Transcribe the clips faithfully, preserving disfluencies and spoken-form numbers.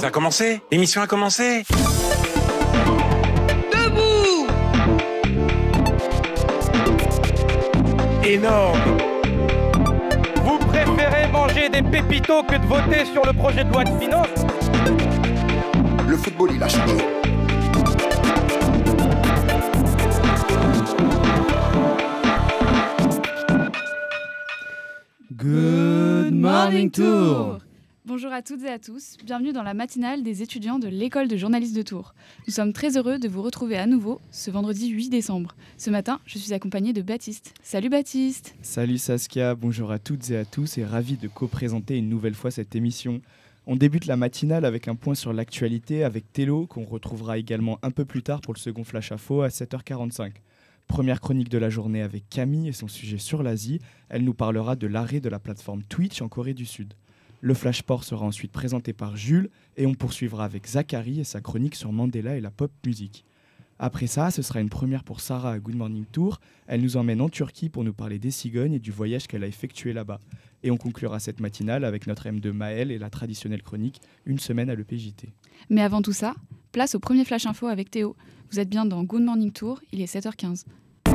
Ça a commencé? L'émission a commencé? Debout! Énorme! Vous préférez manger des pépitos que de voter sur le projet de loi de finances? Le football, il a changé. Good Morning Tour. Bonjour à toutes et à tous, bienvenue dans la matinale des étudiants de l'école de journalisme de Tours. Nous sommes très heureux de vous retrouver à nouveau ce vendredi huit décembre. Ce matin, je suis accompagnée de Baptiste. Salut Baptiste. Salut Saskia, bonjour à toutes et à tous et ravi de co-présenter une nouvelle fois cette émission. On débute la matinale avec un point sur l'actualité avec Télo, qu'on retrouvera également un peu plus tard pour le second flash info à sept heures quarante-cinq. Première chronique de la journée avec Camille et son sujet sur l'Asie. Elle nous parlera de l'arrêt de la plateforme Twitch en Corée du Sud. Le Flash Sport sera ensuite présenté par Jules et on poursuivra avec Zachary et sa chronique sur Mandela et la pop music. Après ça, ce sera une première pour Sarah à Good Morning Tour. Elle nous emmène en Turquie pour nous parler des cigognes et du voyage qu'elle a effectué là-bas. Et on conclura cette matinale avec notre M deux Maël et la traditionnelle chronique Une semaine à l'E P J T. Mais avant tout ça, place au premier Flash Info avec Théo. Vous êtes bien dans Good Morning Tour, il est sept heures quinze.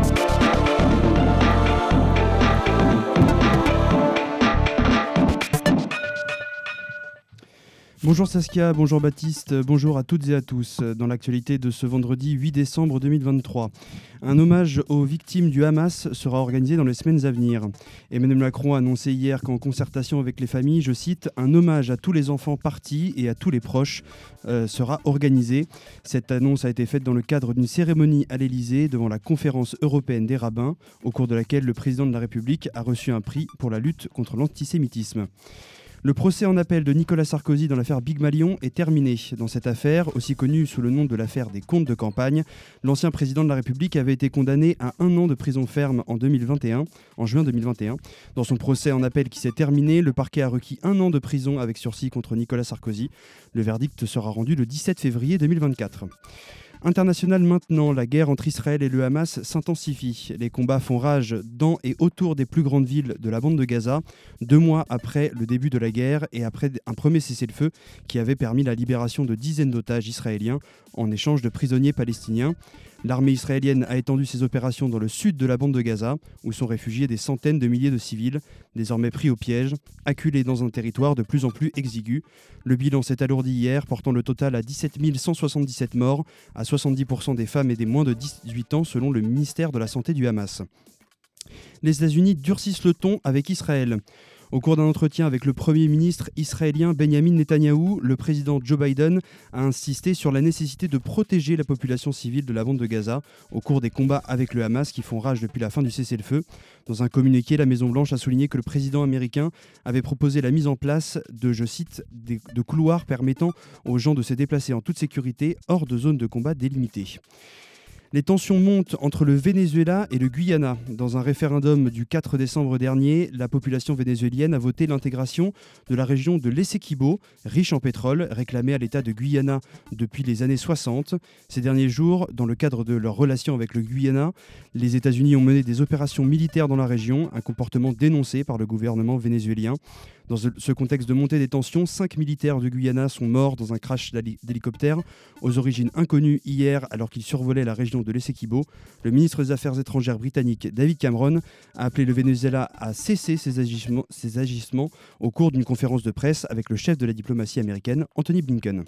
Bonjour Saskia, bonjour Baptiste, bonjour à toutes et à tous. Dans l'actualité de ce vendredi huit décembre deux mille vingt-trois, un hommage aux victimes du Hamas sera organisé dans les semaines à venir. Emmanuel Macron a annoncé hier qu'en concertation avec les familles, je cite, un hommage à tous les enfants partis et à tous les proches euh, sera organisé. Cette annonce a été faite dans le cadre d'une cérémonie à l'Élysée devant la conférence européenne des rabbins, au cours de laquelle le président de la République a reçu un prix pour la lutte contre l'antisémitisme. Le procès en appel de Nicolas Sarkozy dans l'affaire Big Malion est terminé. Dans cette affaire, aussi connue sous le nom de l'affaire des comptes de campagne, l'ancien président de la République avait été condamné à un an de prison ferme en deux mille vingt et un, en juin deux mille vingt et un. Dans son procès en appel qui s'est terminé, le parquet a requis un an de prison avec sursis contre Nicolas Sarkozy. Le verdict sera rendu le dix-sept février deux mille vingt-quatre. International maintenant, la guerre entre Israël et le Hamas s'intensifie. Les combats font rage dans et autour des plus grandes villes de la bande de Gaza, deux mois après le début de la guerre et après un premier cessez-le-feu qui avait permis la libération de dizaines d'otages israéliens en échange de prisonniers palestiniens. L'armée israélienne a étendu ses opérations dans le sud de la bande de Gaza, où sont réfugiés des centaines de milliers de civils, désormais pris au piège, acculés dans un territoire de plus en plus exigu. Le bilan s'est alourdi hier, portant le total à dix-sept mille cent soixante-dix-sept morts, à soixante-dix pour cent des femmes et des moins de dix-huit ans, selon le ministère de la Santé du Hamas. Les États-Unis durcissent le ton avec Israël. Au cours d'un entretien avec le Premier ministre israélien Benjamin Netanyahou, le président Joe Biden a insisté sur la nécessité de protéger la population civile de la bande de Gaza au cours des combats avec le Hamas qui font rage depuis la fin du cessez-le-feu. Dans un communiqué, la Maison-Blanche a souligné que le président américain avait proposé la mise en place de, je cite, des, de couloirs permettant aux gens de se déplacer en toute sécurité hors de zones de combat délimitées. Les tensions montent entre le Venezuela et le Guyana. Dans un référendum du quatre décembre dernier, la population vénézuélienne a voté l'intégration de la région de l'Essequibo, riche en pétrole, réclamée à l'État de Guyana depuis les années soixante. Ces derniers jours, dans le cadre de leurs relations avec le Guyana, les États-Unis ont mené des opérations militaires dans la région, un comportement dénoncé par le gouvernement vénézuélien. Dans ce contexte de montée des tensions, cinq militaires du Guyana sont morts dans un crash d'hélicoptère aux origines inconnues hier alors qu'ils survolaient la région de l'Essequibo. Le ministre des Affaires étrangères britannique David Cameron a appelé le Venezuela à cesser ses agissements, ses agissements au cours d'une conférence de presse avec le chef de la diplomatie américaine, Anthony Blinken.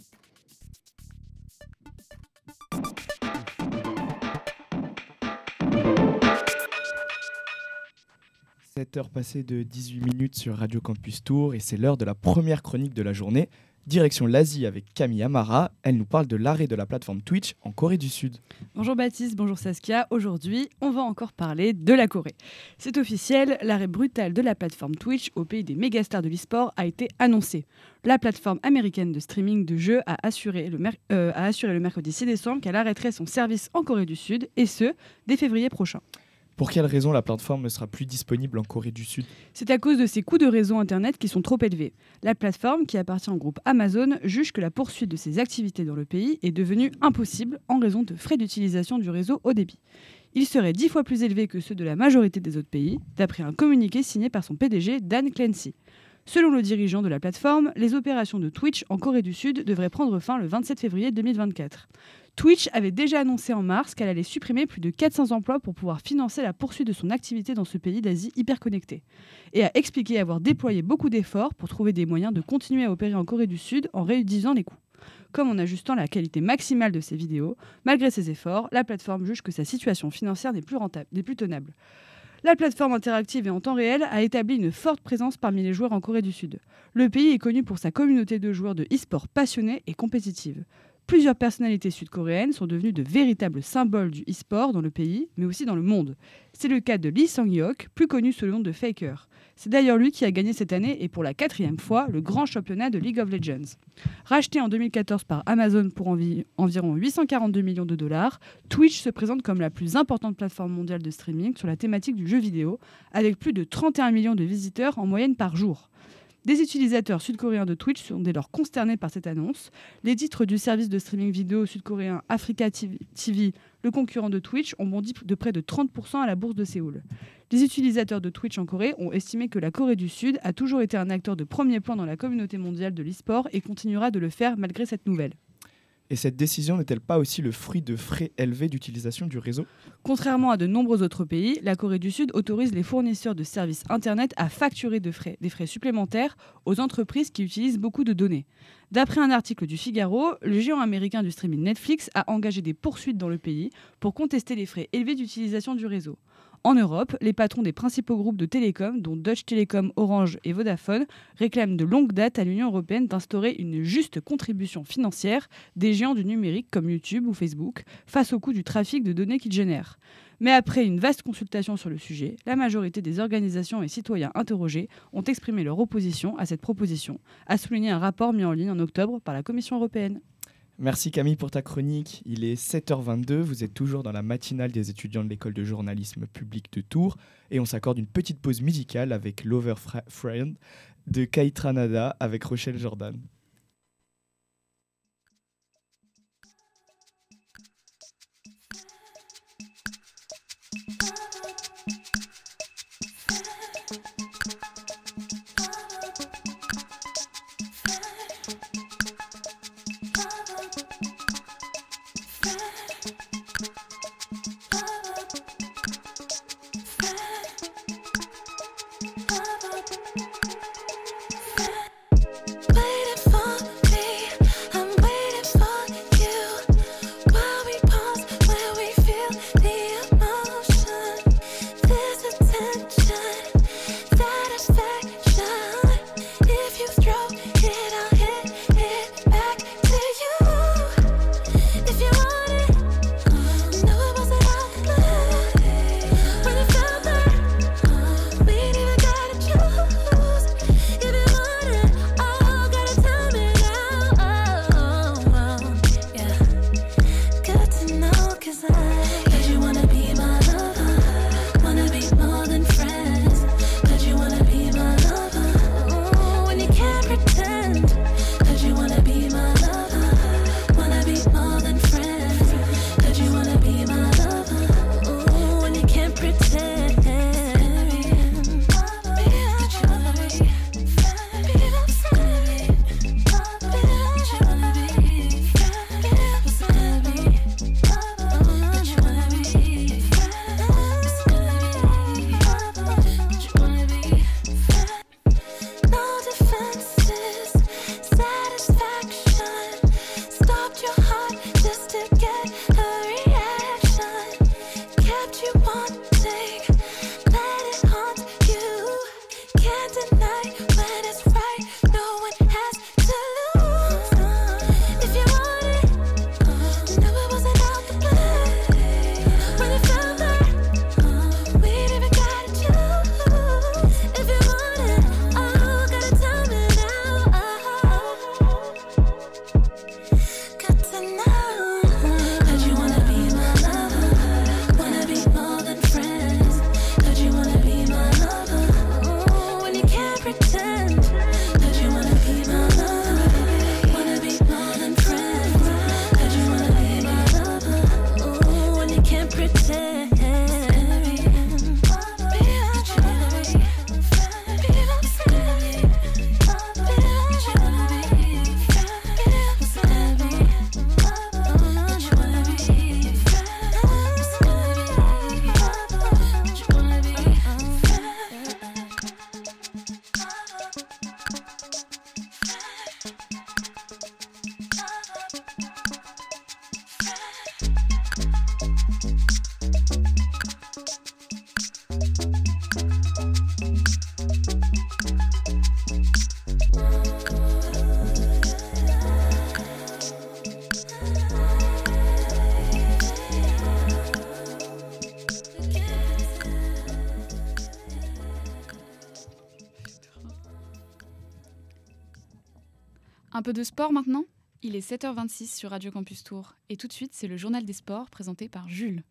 sept heures passées de dix-huit minutes sur Radio Campus Tours et c'est l'heure de la première chronique de la journée. Direction l'Asie avec Camille Amara. Elle nous parle de l'arrêt de la plateforme Twitch en Corée du Sud. Bonjour Baptiste, bonjour Saskia. Aujourd'hui, on va encore parler de la Corée. C'est officiel, l'arrêt brutal de la plateforme Twitch au pays des mégastars de l'e-sport a été annoncé. La plateforme américaine de streaming de jeux a assuré le, mer- euh, a assuré le mercredi six décembre qu'elle arrêterait son service en Corée du Sud, et ce, dès février prochain. Pour quelle raison la plateforme ne sera plus disponible en Corée du Sud ? C'est à cause de ses coûts de réseau Internet qui sont trop élevés. La plateforme, qui appartient au groupe Amazon, juge que la poursuite de ses activités dans le pays est devenue impossible en raison de frais d'utilisation du réseau haut débit. Ils seraient dix fois plus élevés que ceux de la majorité des autres pays, d'après un communiqué signé par son P D G Dan Clancy. Selon le dirigeant de la plateforme, les opérations de Twitch en Corée du Sud devraient prendre fin le vingt-sept février deux mille vingt-quatre. Twitch avait déjà annoncé en mars qu'elle allait supprimer plus de quatre cents emplois pour pouvoir financer la poursuite de son activité dans ce pays d'Asie hyper connecté, et a expliqué avoir déployé beaucoup d'efforts pour trouver des moyens de continuer à opérer en Corée du Sud en réduisant les coûts. Comme en ajustant la qualité maximale de ses vidéos, malgré ses efforts, la plateforme juge que sa situation financière n'est plus rentable, n'est plus tenable. La plateforme interactive et en temps réel a établi une forte présence parmi les joueurs en Corée du Sud. Le pays est connu pour sa communauté de joueurs de e-sport passionnés et compétitive. Plusieurs personnalités sud-coréennes sont devenues de véritables symboles du e-sport dans le pays, mais aussi dans le monde. C'est le cas de Lee Sang-hyuk, plus connu sous le nom de Faker. C'est d'ailleurs lui qui a gagné cette année, et pour la quatrième fois, le grand championnat de League of Legends. Racheté en deux mille quatorze par Amazon pour envi- environ huit cent quarante-deux millions de dollars, Twitch se présente comme la plus importante plateforme mondiale de streaming sur la thématique du jeu vidéo, avec plus de trente et un millions de visiteurs en moyenne par jour. Des utilisateurs sud-coréens de Twitch sont dès lors consternés par cette annonce. Les titres du service de streaming vidéo sud-coréen Africa T V, le concurrent de Twitch, ont bondi de près de trente pour cent à la bourse de Séoul. Les utilisateurs de Twitch en Corée ont estimé que la Corée du Sud a toujours été un acteur de premier plan dans la communauté mondiale de l'e-sport et continuera de le faire malgré cette nouvelle. Et cette décision n'est-elle pas aussi le fruit de frais élevés d'utilisation du réseau ? Contrairement à de nombreux autres pays, la Corée du Sud autorise les fournisseurs de services Internet à facturer de frais, des frais supplémentaires aux entreprises qui utilisent beaucoup de données. D'après un article du Figaro, le géant américain du streaming Netflix a engagé des poursuites dans le pays pour contester les frais élevés d'utilisation du réseau. En Europe, les patrons des principaux groupes de télécom, dont Deutsche Telekom, Orange et Vodafone, réclament de longue date à l'Union européenne d'instaurer une juste contribution financière des géants du numérique comme YouTube ou Facebook face au coût du trafic de données qu'ils génèrent. Mais après une vaste consultation sur le sujet, la majorité des organisations et citoyens interrogés ont exprimé leur opposition à cette proposition, a souligné un rapport mis en ligne en octobre par la Commission européenne. Merci Camille pour ta chronique. Il est sept heures vingt-deux, vous êtes toujours dans la matinale des étudiants de l'école de journalisme public de Tours et on s'accorde une petite pause musicale avec Lover Friend de Kaitra Nada avec Rochelle Jordan. Waiting for Un peu de sport maintenant ? Il est sept heures vingt-six sur Radio Campus Tours. Et tout de suite, c'est le journal des sports présenté par Jules.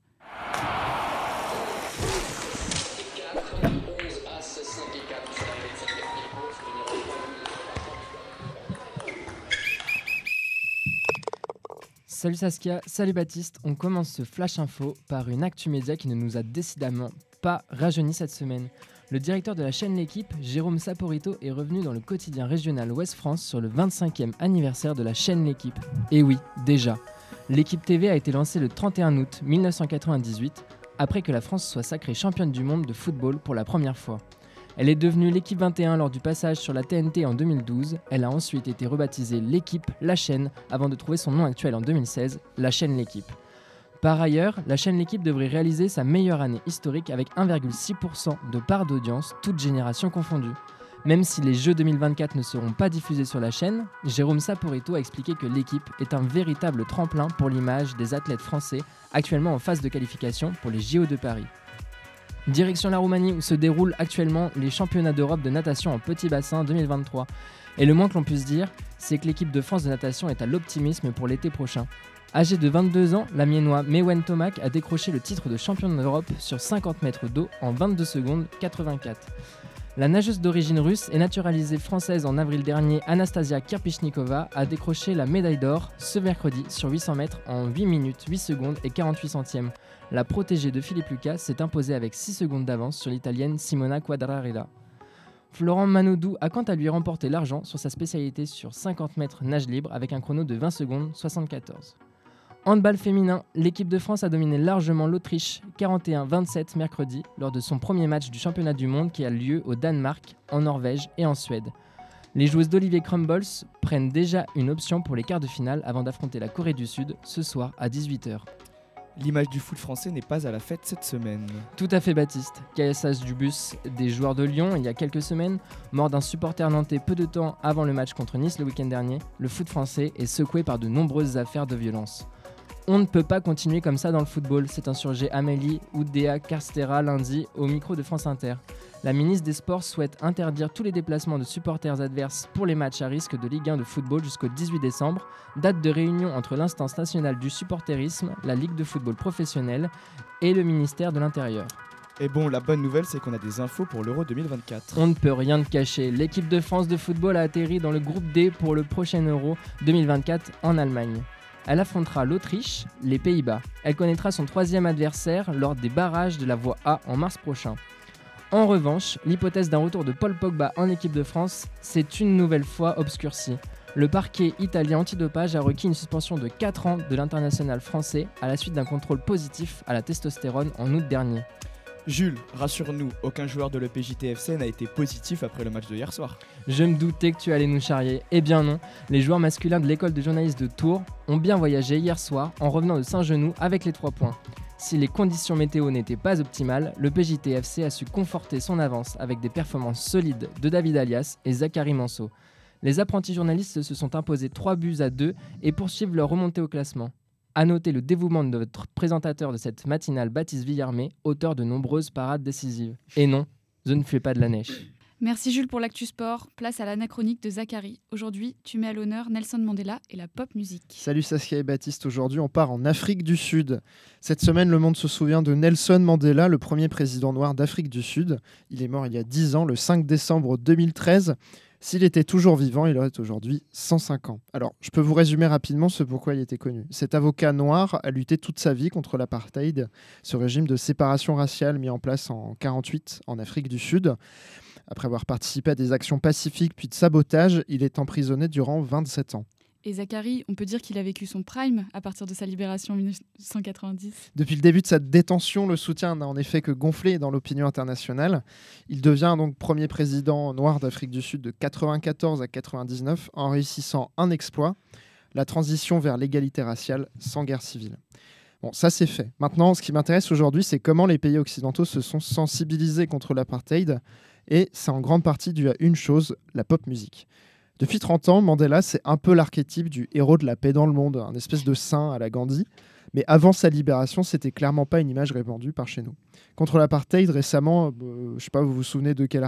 Salut Saskia, salut Baptiste. On commence ce Flash Info par une actu média qui ne nous a décidément pas rajeuni cette semaine. Le directeur de la chaîne L'Équipe, Jérôme Saporito, est revenu dans le quotidien régional Ouest France sur le vingt-cinquième anniversaire de la chaîne L'Équipe. Et oui, déjà. L'Équipe T V a été lancée le trente et un août mille neuf cent quatre-vingt-dix-huit, après que la France soit sacrée championne du monde de football pour la première fois. Elle est devenue l'Équipe vingt et un lors du passage sur la T N T en deux mille douze. Elle a ensuite été rebaptisée L'Équipe, la chaîne, avant de trouver son nom actuel en deux mille seize, la chaîne L'Équipe. Par ailleurs, la chaîne L'Équipe devrait réaliser sa meilleure année historique avec un virgule six pour cent de part d'audience, toutes générations confondues. Même si les Jeux deux mille vingt-quatre ne seront pas diffusés sur la chaîne, Jérôme Saporito a expliqué que L'Équipe est un véritable tremplin pour l'image des athlètes français actuellement en phase de qualification pour les J O de Paris. Direction la Roumanie où se déroulent actuellement les championnats d'Europe de natation en petit bassin deux mille vingt-trois. Et le moins que l'on puisse dire, c'est que l'équipe de France de natation est à l'optimisme pour l'été prochain. Âgé de vingt-deux ans, l'Amiénois Mewen Tomac a décroché le titre de champion d'Europe sur cinquante mètres d'eau en vingt-deux secondes quatre-vingt-quatre. La nageuse d'origine russe et naturalisée française en avril dernier, Anastasia Kirpichnikova, a décroché la médaille d'or ce mercredi sur huit cents mètres en huit minutes huit secondes et quarante-huit centièmes. La protégée de Philippe Lucas s'est imposée avec six secondes d'avance sur l'italienne Simona Quadrarella. Florent Manodou a quant à lui remporté l'argent sur sa spécialité sur cinquante mètres nage libre avec un chrono de vingt secondes soixante-quatorze. Handball féminin, l'équipe de France a dominé largement l'Autriche quarante et un vingt-sept mercredi lors de son premier match du championnat du monde qui a lieu au Danemark, en Norvège et en Suède. Les joueuses d'Olivier Crumbles prennent déjà une option pour les quarts de finale avant d'affronter la Corée du Sud ce soir à dix-huit heures. L'image du foot français n'est pas à la fête cette semaine. Tout à fait Baptiste. Cassage du bus des joueurs de Lyon il y a quelques semaines, mort d'un supporter nantais peu de temps avant le match contre Nice le week-end dernier, le foot français est secoué par de nombreuses affaires de violence. On ne peut pas continuer comme ça dans le football, s'est insurgée Amélie Oudéa Carstera lundi au micro de France Inter. La ministre des Sports souhaite interdire tous les déplacements de supporters adverses pour les matchs à risque de Ligue un de football jusqu'au dix-huit décembre, date de réunion entre l'instance nationale du supporterisme, la Ligue de football professionnelle et le ministère de l'Intérieur. Et bon, la bonne nouvelle, c'est qu'on a des infos pour l'Euro deux mille vingt-quatre. On ne peut rien te cacher. L'équipe de France de football a atterri dans le groupe D pour le prochain Euro deux mille vingt-quatre en Allemagne. Elle affrontera l'Autriche, les Pays-Bas. Elle connaîtra son troisième adversaire lors des barrages de la voie A en mars prochain. En revanche, l'hypothèse d'un retour de Paul Pogba en équipe de France s'est une nouvelle fois obscurcie. Le parquet italien antidopage a requis une suspension de quatre ans de l'international français à la suite d'un contrôle positif à la testostérone en août dernier. Jules, rassure-nous, aucun joueur de l'E P J T F C n'a été positif après le match de hier soir. Je me doutais que tu allais nous charrier. Eh bien non, les joueurs masculins de l'école de journalistes de Tours ont bien voyagé hier soir en revenant de Saint-Genoux avec les trois points. Si les conditions météo n'étaient pas optimales, le P J T F C a su conforter son avance avec des performances solides de David Alias et Zachary Manceau. Les apprentis journalistes se sont imposés trois buts à deux et poursuivent leur remontée au classement. À noter le dévouement de notre présentateur de cette matinale, Baptiste Villarmé, auteur de nombreuses parades décisives. Et non, je ne fais pas de la neige. Merci Jules pour l'actu sport. Place à l'anachronique de Zachary. Aujourd'hui, tu mets à l'honneur Nelson Mandela et la pop musique. Salut Saskia et Baptiste. Aujourd'hui, on part en Afrique du Sud. Cette semaine, le monde se souvient de Nelson Mandela, le premier président noir d'Afrique du Sud. Il est mort il y a dix ans, le cinq décembre deux mille treize. S'il était toujours vivant, il aurait aujourd'hui cent cinq ans. Alors, je peux vous résumer rapidement ce pourquoi il était connu. Cet avocat noir a lutté toute sa vie contre l'apartheid, ce régime de séparation raciale mis en place en mille neuf cent quarante-huit en Afrique du Sud. Après avoir participé à des actions pacifiques puis de sabotage, il est emprisonné durant vingt-sept ans. Et Zachary, on peut dire qu'il a vécu son prime à partir de sa libération en mille neuf cent quatre-vingt-dix. Depuis le début de sa détention, le soutien n'a en effet que gonflé dans l'opinion internationale. Il devient donc premier président noir d'Afrique du Sud de quatre-vingt-quatorze à quatre-vingt-dix-neuf en réussissant un exploit, la transition vers l'égalité raciale sans guerre civile. Bon, ça c'est fait. Maintenant, ce qui m'intéresse aujourd'hui, c'est comment les pays occidentaux se sont sensibilisés contre l'apartheid, et c'est en grande partie dû à une chose, la pop musique. Depuis trente ans, Mandela, c'est un peu l'archétype du héros de la paix dans le monde, un espèce de saint à la Gandhi. Mais avant sa libération, c'était clairement pas une image répandue par chez nous. Contre l'apartheid, récemment, euh, je sais pas, vous vous souvenez de quel artiste, vous ?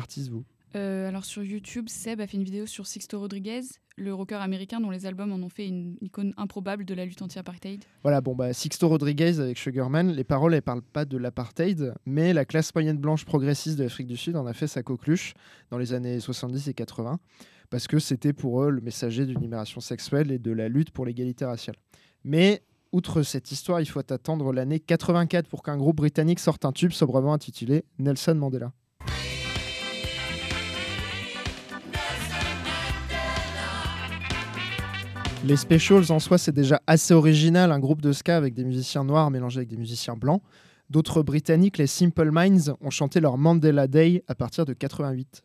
Euh, alors sur YouTube, Seb a fait une vidéo sur Sixto Rodriguez, le rocker américain dont les albums en ont fait une icône improbable de la lutte anti-apartheid. Voilà, bon, bah, Sixto Rodriguez avec Sugarman, les paroles, elles parlent pas de l'apartheid, mais la classe moyenne blanche progressiste de l'Afrique du Sud en a fait sa coqueluche dans les années soixante-dix et quatre-vingts, parce que c'était pour eux le messager d'une libération sexuelle et de la lutte pour l'égalité raciale. Mais outre cette histoire, il faut attendre l'année quatre-vingt-quatre pour qu'un groupe britannique sorte un tube sobrement intitulé Nelson Mandela. Les Specials en soi, c'est déjà assez original, un groupe de ska avec des musiciens noirs mélangés avec des musiciens blancs. D'autres Britanniques, les Simple Minds, ont chanté leur Mandela Day à partir de quatre-vingt-huit.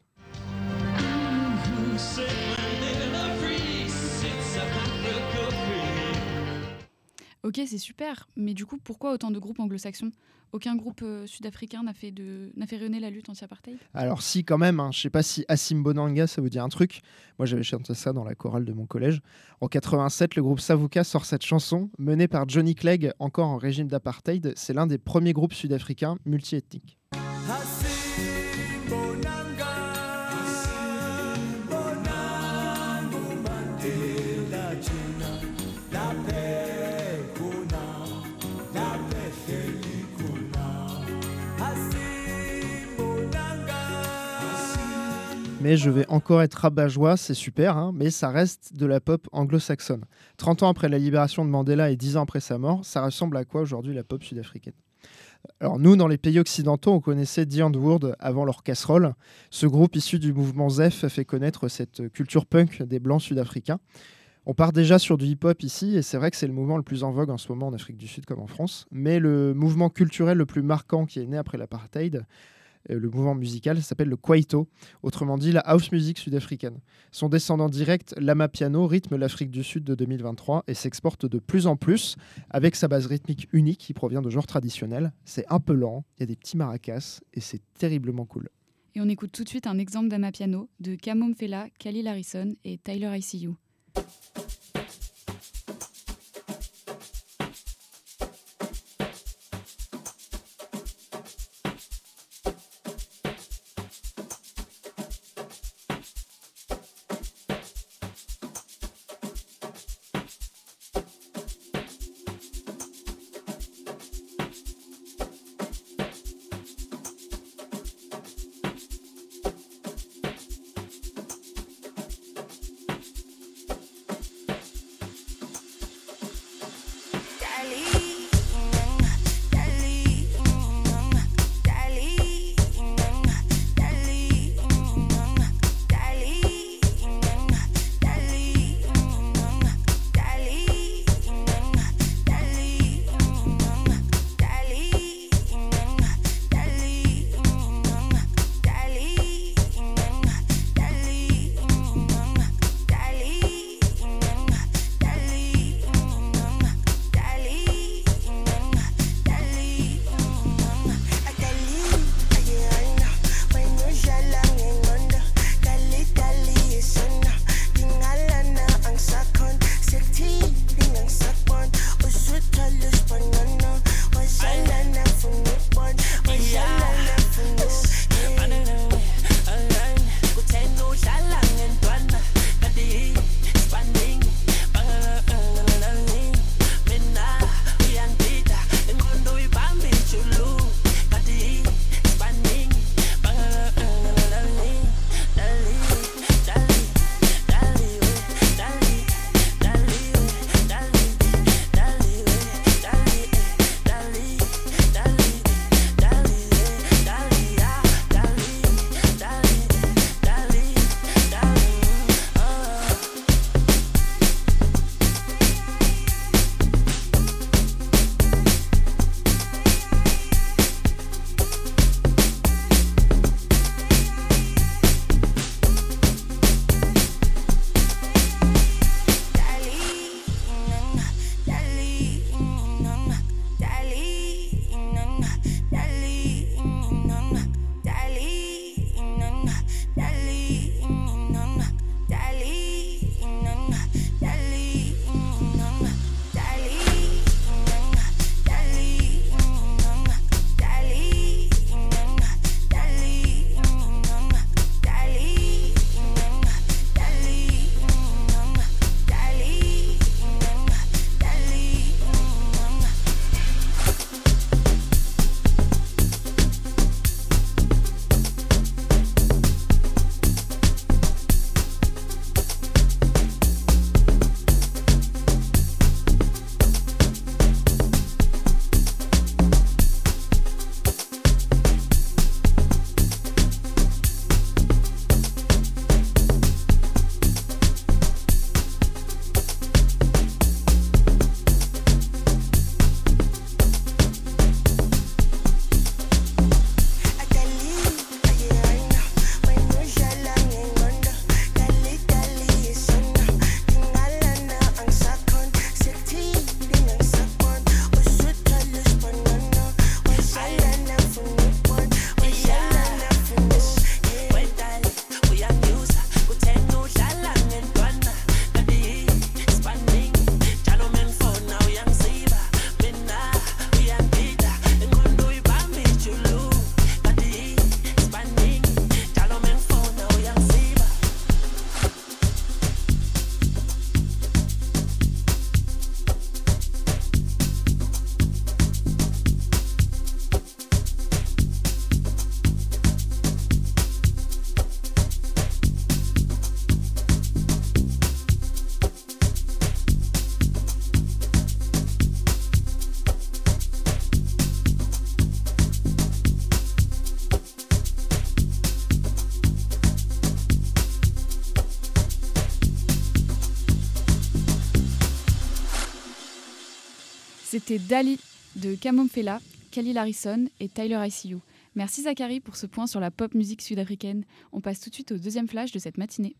Ok, c'est super, mais du coup, pourquoi autant de groupes anglo-saxons ? Aucun groupe euh, sud-africain n'a fait, de... n'a fait rayonner la lutte anti-apartheid ? Alors si, quand même, hein, je sais pas si Asimbonanga, ça vous dit un truc. Moi, j'avais chanté ça dans la chorale de mon collège. En quatre-vingt-sept, le groupe Savuka sort cette chanson, menée par Johnny Clegg, encore en régime d'apartheid. C'est l'un des premiers groupes sud-africains multi-ethniques. Mais je vais encore être rabat-joie, c'est super, hein, mais ça reste de la pop anglo-saxonne. trente ans après la libération de Mandela et dix ans après sa mort, ça ressemble à quoi aujourd'hui la pop sud-africaine ? Alors nous, dans les pays occidentaux, on connaissait The Antwoord avant leur casserole. Ce groupe issu du mouvement Zef a fait connaître cette culture punk des Blancs sud-africains. On part déjà sur du hip-hop ici, et c'est vrai que c'est le mouvement le plus en vogue en ce moment en Afrique du Sud comme en France. Mais le mouvement culturel le plus marquant qui est né après l'apartheid, le mouvement musical, ça s'appelle le Kwaito, autrement dit la house music sud-africaine. Son descendant direct, l'Amapiano, rythme l'Afrique du Sud de deux mille vingt-trois et s'exporte de plus en plus avec sa base rythmique unique qui provient de genres traditionnels. C'est un peu lent, il y a des petits maracas et c'est terriblement cool. Et on écoute tout de suite un exemple d'Amapiano de Kamo Mfela, Khalil Harrison et Tyler I C U. C'était Dali de Kamon Fela, Khalil Harrison et Tyler I C U. Merci Zachary pour ce point sur la pop musique sud-africaine. On passe tout de suite au deuxième flash de cette matinée.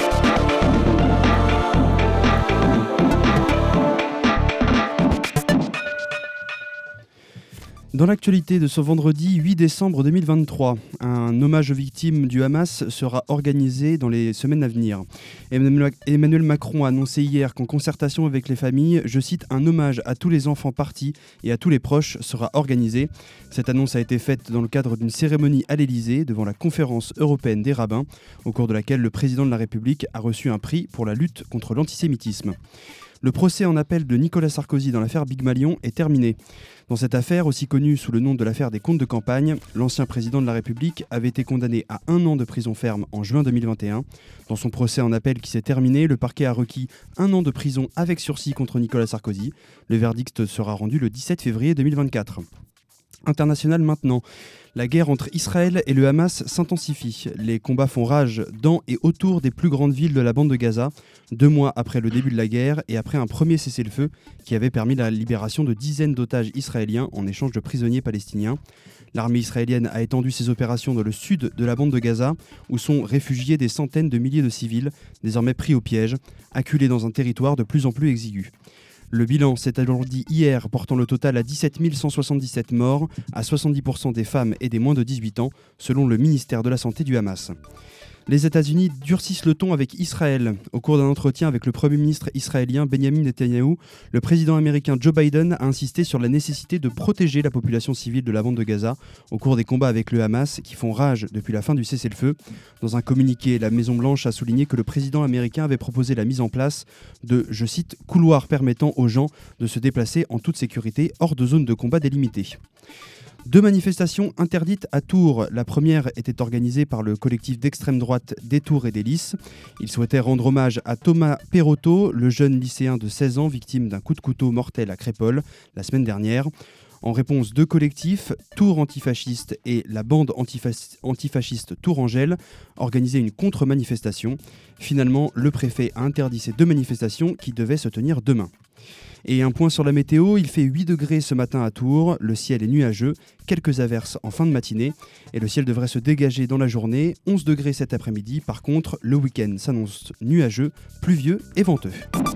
Dans l'actualité de ce vendredi huit décembre deux mille vingt-trois, un hommage aux victimes du Hamas sera organisé dans les semaines à venir. Emmanuel Macron a annoncé hier qu'en concertation avec les familles, je cite, un hommage à tous les enfants partis et à tous les proches sera organisé. Cette annonce a été faite dans le cadre d'une cérémonie à l'Élysée devant la conférence européenne des rabbins, au cours de laquelle le président de la République a reçu un prix pour la lutte contre l'antisémitisme. Le procès en appel de Nicolas Sarkozy dans l'affaire Big Malion est terminé. Dans cette affaire, aussi connue sous le nom de l'affaire des comptes de campagne, l'ancien président de la République avait été condamné à un an de prison ferme en juin deux mille vingt et un. Dans son procès en appel qui s'est terminé, le parquet a requis un an de prison avec sursis contre Nicolas Sarkozy. Le verdict sera rendu le dix-sept février deux mille vingt-quatre. International maintenant. La guerre entre Israël et le Hamas s'intensifie. Les combats font rage dans et autour des plus grandes villes de la bande de Gaza, deux mois après le début de la guerre et après un premier cessez-le-feu qui avait permis la libération de dizaines d'otages israéliens en échange de prisonniers palestiniens. L'armée israélienne a étendu ses opérations dans le sud de la bande de Gaza, où sont réfugiés des centaines de milliers de civils, désormais pris au piège, acculés dans un territoire de plus en plus exigu. Le bilan s'est alourdi hier, portant le total à dix-sept mille cent soixante-dix-sept morts, à soixante-dix pour cent des femmes et des moins de dix-huit ans, selon le ministère de la Santé du Hamas. Les États-Unis durcissent le ton avec Israël. Au cours d'un entretien avec le Premier ministre israélien Benjamin Netanyahou, le président américain Joe Biden a insisté sur la nécessité de protéger la population civile de la bande de Gaza au cours des combats avec le Hamas qui font rage depuis la fin du cessez-le-feu. Dans un communiqué, la Maison-Blanche a souligné que le président américain avait proposé la mise en place de, je cite, « couloirs permettant aux gens de se déplacer en toute sécurité hors de zones de combat délimitées ». Deux manifestations interdites à Tours. La première était organisée par le collectif d'extrême droite des Tours et des Lys. Ils souhaitaient rendre hommage à Thomas Perotto, le jeune lycéen de seize ans victime d'un coup de couteau mortel à Crépol la semaine dernière. En réponse, deux collectifs, Tours Antifasciste et la bande antifa- antifasciste Tourangelle, organisaient une contre-manifestation. Finalement, le préfet a interdit ces deux manifestations qui devaient se tenir demain. Et un point sur la météo, il fait huit degrés ce matin à Tours, le ciel est nuageux, quelques averses en fin de matinée, et le ciel devrait se dégager dans la journée, onze degrés cet après-midi. Par contre, le week-end s'annonce nuageux, pluvieux et venteux.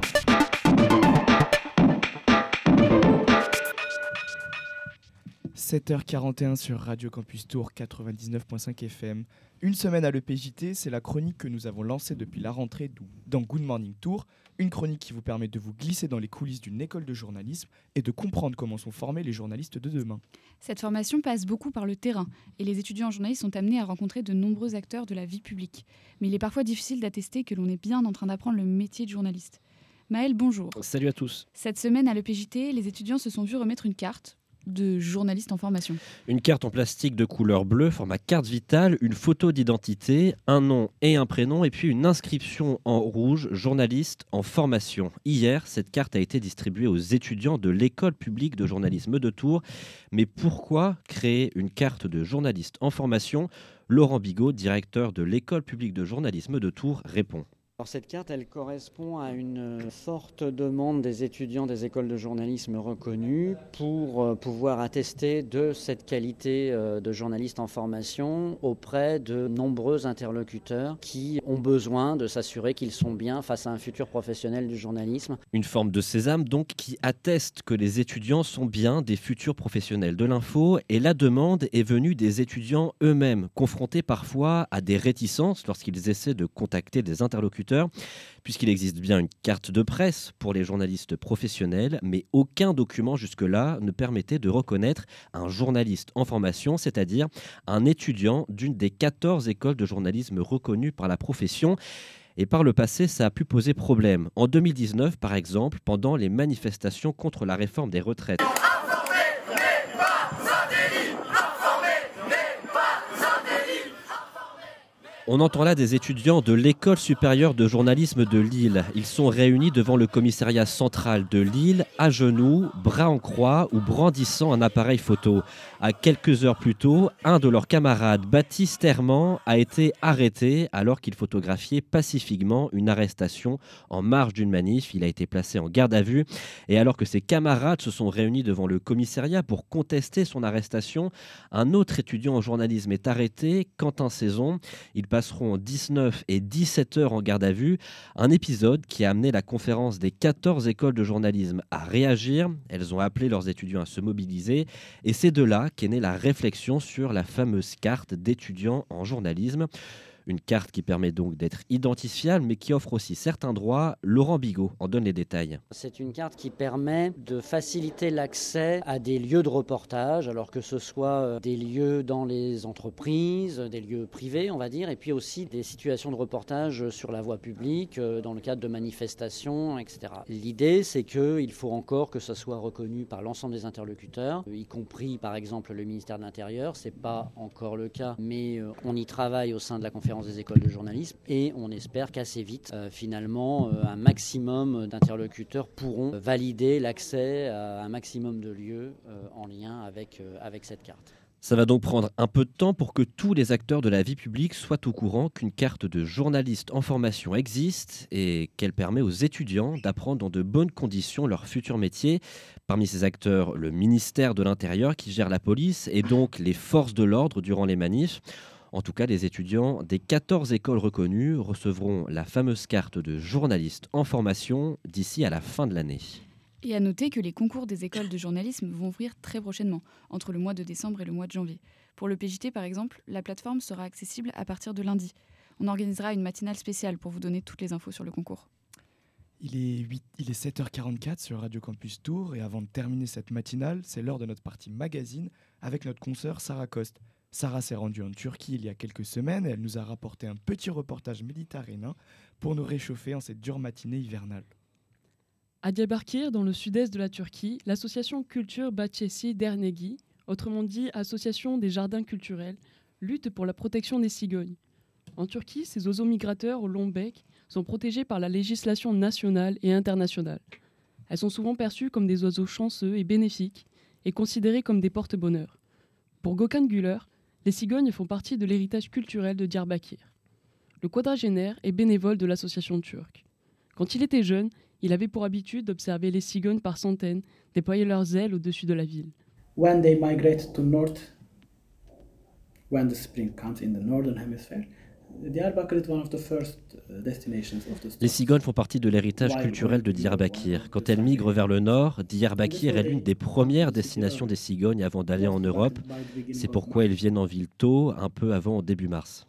sept heures quarante et un sur Radio Campus Tours quatre-vingt-dix-neuf virgule cinq F M. Une semaine à l'E P J T, c'est la chronique que nous avons lancée depuis la rentrée dans Good Morning Tours. Une chronique qui vous permet de vous glisser dans les coulisses d'une école de journalisme et de comprendre comment sont formés les journalistes de demain. Cette formation passe beaucoup par le terrain et les étudiants en journalisme sont amenés à rencontrer de nombreux acteurs de la vie publique. Mais il est parfois difficile d'attester que l'on est bien en train d'apprendre le métier de journaliste. Maël, bonjour. Salut à tous. Cette semaine à l'E P J T, les étudiants se sont vus remettre une carte de journaliste en formation. Une carte en plastique de couleur bleue, format carte vitale, une photo d'identité, un nom et un prénom, et puis une inscription en rouge, journaliste en formation. Hier, cette carte a été distribuée aux étudiants de l'école publique de journalisme de Tours. Mais pourquoi créer une carte de journaliste en formation ? Laurent Bigot, directeur de l'école publique de journalisme de Tours, répond. Alors cette carte, elle correspond à une forte demande des étudiants des écoles de journalisme reconnues pour pouvoir attester de cette qualité de journaliste en formation auprès de nombreux interlocuteurs qui ont besoin de s'assurer qu'ils sont bien face à un futur professionnel du journalisme. Une forme de sésame donc qui atteste que les étudiants sont bien des futurs professionnels de l'info, et la demande est venue des étudiants eux-mêmes, confrontés parfois à des réticences lorsqu'ils essaient de contacter des interlocuteurs, puisqu'il existe bien une carte de presse pour les journalistes professionnels, mais aucun document jusque-là ne permettait de reconnaître un journaliste en formation, c'est-à-dire un étudiant d'une des quatorze écoles de journalisme reconnues par la profession. Et par le passé, ça a pu poser problème. En deux mille dix-neuf, par exemple, pendant les manifestations contre la réforme des retraites. On entend là des étudiants de l'École supérieure de journalisme de Lille. Ils sont réunis devant le commissariat central de Lille, à genoux, bras en croix ou brandissant un appareil photo. À quelques heures plus tôt, un de leurs camarades, Baptiste Herman, a été arrêté alors qu'il photographiait pacifiquement une arrestation en marge d'une manif. Il a été placé en garde à vue. Et alors que ses camarades se sont réunis devant le commissariat pour contester son arrestation, un autre étudiant en journalisme est arrêté, Quentin Saison. Il passeront dix-neuf et dix-sept heures en garde à vue. Un épisode qui a amené la conférence des quatorze écoles de journalisme à réagir. Elles ont appelé leurs étudiants à se mobiliser. Et c'est de là qu'est née la réflexion sur la fameuse carte d'étudiants en journalisme. Une carte qui permet donc d'être identifiable, mais qui offre aussi certains droits. Laurent Bigot en donne les détails. C'est une carte qui permet de faciliter l'accès à des lieux de reportage, alors que ce soit des lieux dans les entreprises, des lieux privés, on va dire, et puis aussi des situations de reportage sur la voie publique, dans le cadre de manifestations, et cetera. L'idée, c'est qu'il faut encore que ça soit reconnu par l'ensemble des interlocuteurs, y compris par exemple le ministère de l'Intérieur. C'est pas encore le cas, mais on y travaille au sein de la conférence des écoles de journalisme et on espère qu'assez vite, euh, finalement, euh, un maximum d'interlocuteurs pourront valider l'accès à un maximum de lieux euh, en lien avec, euh, avec cette carte. Ça va donc prendre un peu de temps pour que tous les acteurs de la vie publique soient au courant qu'une carte de journaliste en formation existe et qu'elle permet aux étudiants d'apprendre dans de bonnes conditions leur futur métier. Parmi ces acteurs, le ministère de l'Intérieur qui gère la police et donc les forces de l'ordre durant les manifs. En tout cas, les étudiants des quatorze écoles reconnues recevront la fameuse carte de journaliste en formation d'ici à la fin de l'année. Et à noter que les concours des écoles de journalisme vont ouvrir très prochainement, entre le mois de décembre et le mois de janvier. Pour le P J T, par exemple, la plateforme sera accessible à partir de lundi. On organisera une matinale spéciale pour vous donner toutes les infos sur le concours. Il est, huit, il est sept heures quarante-quatre sur Radio Campus Tours et avant de terminer cette matinale, c'est l'heure de notre partie magazine avec notre consoeur Sarah Coste. Sarah s'est rendue en Turquie il y a quelques semaines et elle nous a rapporté un petit reportage méditerranéen pour nous réchauffer en cette dure matinée hivernale. À Diyarbakır, dans le sud-est de la Turquie, l'association Culture Bahçesi Derneği, autrement dit Association des jardins culturels, lutte pour la protection des cigognes. En Turquie, ces oiseaux migrateurs au long bec sont protégés par la législation nationale et internationale. Elles sont souvent perçues comme des oiseaux chanceux et bénéfiques et considérées comme des porte-bonheur. Pour Gökhan Güler, les cigognes font partie de l'héritage culturel de Diyarbakır. Le quadragénaire est bénévole de l'association turque. Quand il était jeune, il avait pour habitude d'observer les cigognes par centaines déployer leurs ailes au-dessus de la ville. When they migrate to north, when the spring comes in the northern hemisphere, Diyarbakır is one of the first destinations of the. Les cigognes font partie de l'héritage culturel de Diyarbakır. Quand elles migrent vers le nord, Diyarbakır est l'une des premières destinations des cigognes avant d'aller en Europe. C'est pourquoi elles viennent en ville tôt, un peu avant début mars.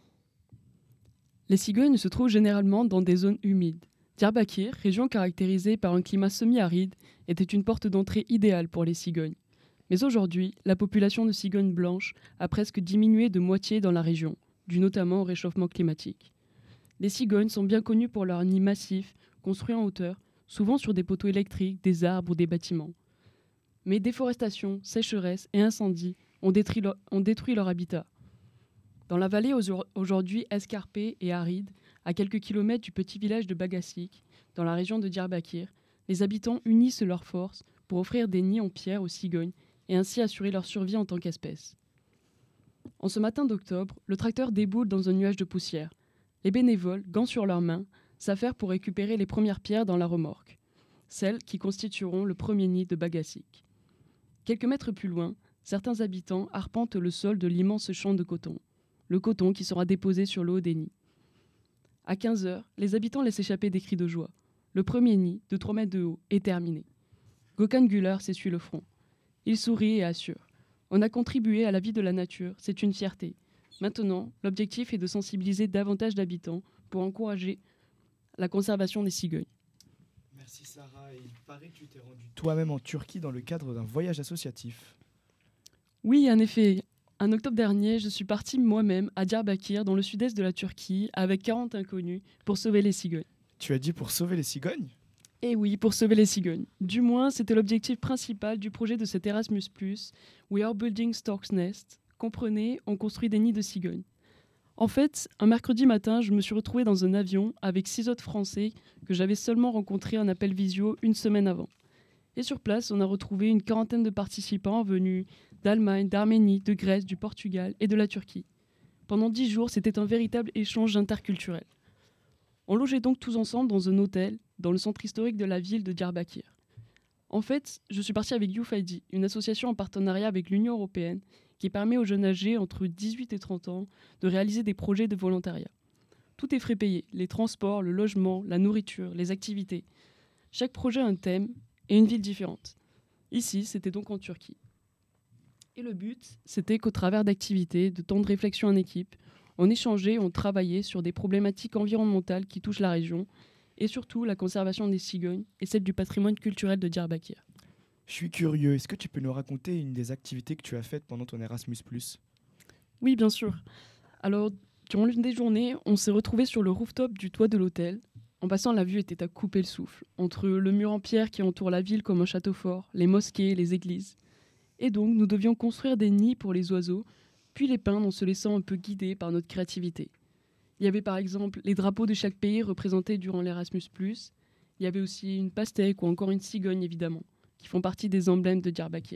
Les cigognes se trouvent généralement dans des zones humides. Diyarbakır, région caractérisée par un climat semi-aride, était une porte d'entrée idéale pour les cigognes. Mais aujourd'hui, la population de cigognes blanches a presque diminué de moitié dans la région, dû notamment au réchauffement climatique. Les cigognes sont bien connues pour leurs nids massifs, construits en hauteur, souvent sur des poteaux électriques, des arbres ou des bâtiments. Mais déforestation, sécheresse et incendies ont détruit leur, ont détruit leur habitat. Dans la vallée aujourd'hui escarpée et aride, à quelques kilomètres du petit village de Bagasik, dans la région de Diyarbakır, les habitants unissent leurs forces pour offrir des nids en pierre aux cigognes et ainsi assurer leur survie en tant qu'espèce. En ce matin d'octobre, le tracteur déboule dans un nuage de poussière. Les bénévoles, gants sur leurs mains, s'affairent pour récupérer les premières pierres dans la remorque, celles qui constitueront le premier nid de Bagasik. Quelques mètres plus loin, certains habitants arpentent le sol de l'immense champ de coton, le coton qui sera déposé sur le haut des nids. À quinze heures, les habitants laissent échapper des cris de joie. Le premier nid, de trois mètres de haut, est terminé. Gökhan Güler s'essuie le front. Il sourit et assure. On a contribué à la vie de la nature, c'est une fierté. Maintenant, l'objectif est de sensibiliser davantage d'habitants pour encourager la conservation des cigognes. Merci Sarah, et il paraît que tu t'es rendue toi-même en Turquie dans le cadre d'un voyage associatif. Oui, en effet. En octobre dernier, je suis partie moi-même à Diyarbakır, dans le sud-est de la Turquie, avec quarante inconnus, pour sauver les cigognes. Tu as dit pour sauver les cigognes ? Eh oui, pour sauver les cigognes. Du moins, c'était l'objectif principal du projet de cet Erasmus plus, We are building Stork's Nest. Comprenez, on construit des nids de cigognes. En fait, un mercredi matin, je me suis retrouvée dans un avion avec six autres Français que j'avais seulement rencontrés en appel visio une semaine avant. Et sur place, on a retrouvé une quarantaine de participants venus d'Allemagne, d'Arménie, de Grèce, du Portugal et de la Turquie. Pendant dix jours, c'était un véritable échange interculturel. On logeait donc tous ensemble dans un hôtel, dans le centre historique de la ville de Diyarbakir. En fait, je suis partie avec Youth I D, une association en partenariat avec l'Union européenne qui permet aux jeunes âgés entre dix-huit et trente ans de réaliser des projets de volontariat. Tout est frais payé, les transports, le logement, la nourriture, les activités. Chaque projet a un thème et une ville différente. Ici, c'était donc en Turquie. Et le but, c'était qu'au travers d'activités, de temps de réflexion en équipe, on échangeait, on travaillait sur des problématiques environnementales qui touchent la région et surtout la conservation des cigognes et celle du patrimoine culturel de Diyarbakir. Je suis curieux, est-ce que tu peux nous raconter une des activités que tu as faites pendant ton Erasmus plus ? Oui, bien sûr. Alors, durant l'une des journées, on s'est retrouvés sur le rooftop du toit de l'hôtel. En passant, la vue était à couper le souffle, entre le mur en pierre qui entoure la ville comme un château fort, les mosquées, les églises. Et donc, nous devions construire des nids pour les oiseaux, puis les peindre en se laissant un peu guider par notre créativité. Il y avait par exemple les drapeaux de chaque pays représentés durant l'Erasmus plus. Il y avait aussi une pastèque ou encore une cigogne, évidemment, qui font partie des emblèmes de Diyarbakir.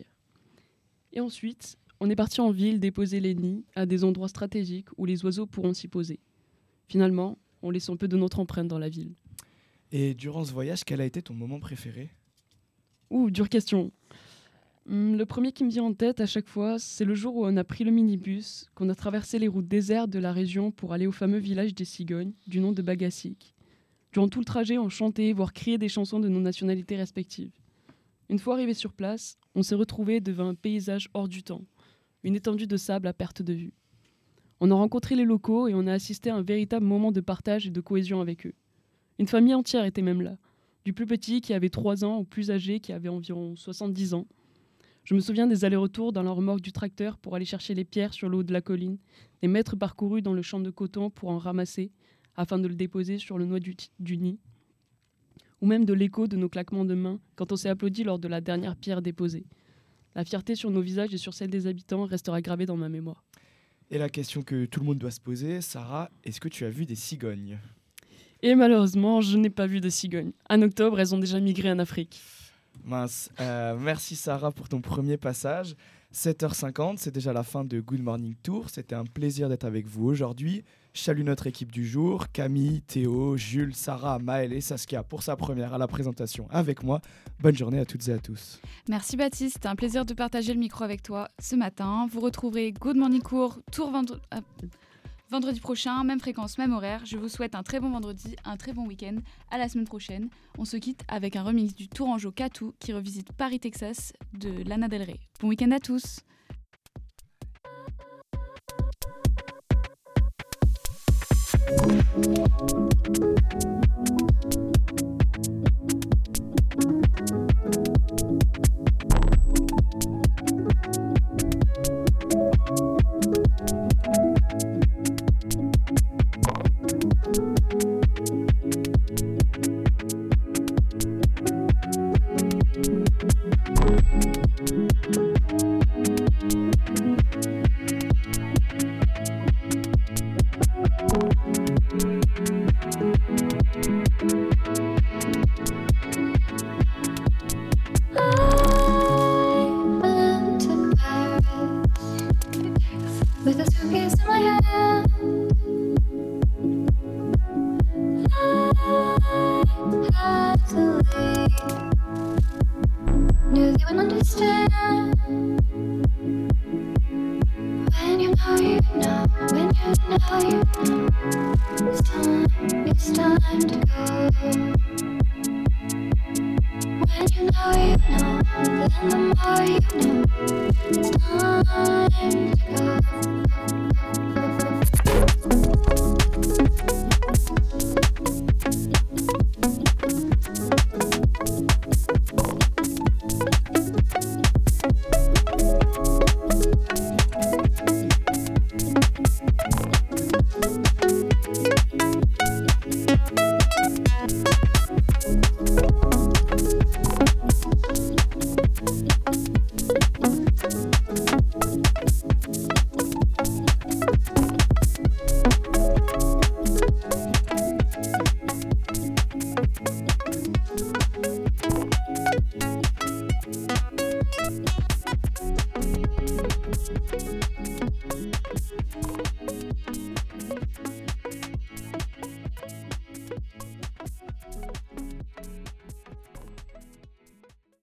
Et ensuite, on est parti en ville déposer les nids à des endroits stratégiques où les oiseaux pourront s'y poser. Finalement, on laisse un peu de notre empreinte dans la ville. Et durant ce voyage, quel a été ton moment préféré ? Ouh, dure question. Hum, le premier qui me vient en tête à chaque fois, c'est le jour où on a pris le minibus, qu'on a traversé les routes désertes de la région pour aller au fameux village des cigognes, du nom de Bagassik. Durant tout le trajet, on chantait, voire criait des chansons de nos nationalités respectives. Une fois arrivés sur place, on s'est retrouvés devant un paysage hors du temps, une étendue de sable à perte de vue. On a rencontré les locaux et on a assisté à un véritable moment de partage et de cohésion avec eux. Une famille entière était même là, du plus petit qui avait trois ans au plus âgé qui avait environ soixante-dix ans. Je me souviens des allers-retours dans la remorque du tracteur pour aller chercher les pierres sur le haut de la colline, des mètres parcourus dans le champ de coton pour en ramasser afin de le déposer sur le noix du, t- du nid, ou même de l'écho de nos claquements de mains quand on s'est applaudi lors de la dernière pierre déposée. La fierté sur nos visages et sur celle des habitants restera gravée dans ma mémoire. Et la question que tout le monde doit se poser, Sarah, est-ce que tu as vu des cigognes ? Et malheureusement, je n'ai pas vu de cigognes. En octobre, elles ont déjà migré en Afrique. Mince. Euh, merci Sarah pour ton premier passage. sept heures cinquante, c'est déjà la fin de Good Morning Tour. C'était un plaisir d'être avec vous aujourd'hui. Je salue notre équipe du jour, Camille, Théo, Jules, Sarah, Maëlle et Saskia pour sa première à la présentation avec moi. Bonne journée à toutes et à tous. Merci Baptiste, c'était un plaisir de partager le micro avec toi ce matin. Vous retrouverez Good Morning Cours tour vendre... euh, vendredi prochain, même fréquence, même horaire. Je vous souhaite un très bon vendredi, un très bon week-end. À la semaine prochaine. On se quitte avec un remix du Tourangeau Katou qui revisite Paris, Texas de Lana Del Rey. Bon week-end à tous. With a suitcase in my hand, I had to leave. Knew they wouldn't understand. When you know you know, when you know you know, it's time, it's time to go. When you know you know, then the more you know, it's time to go. Thank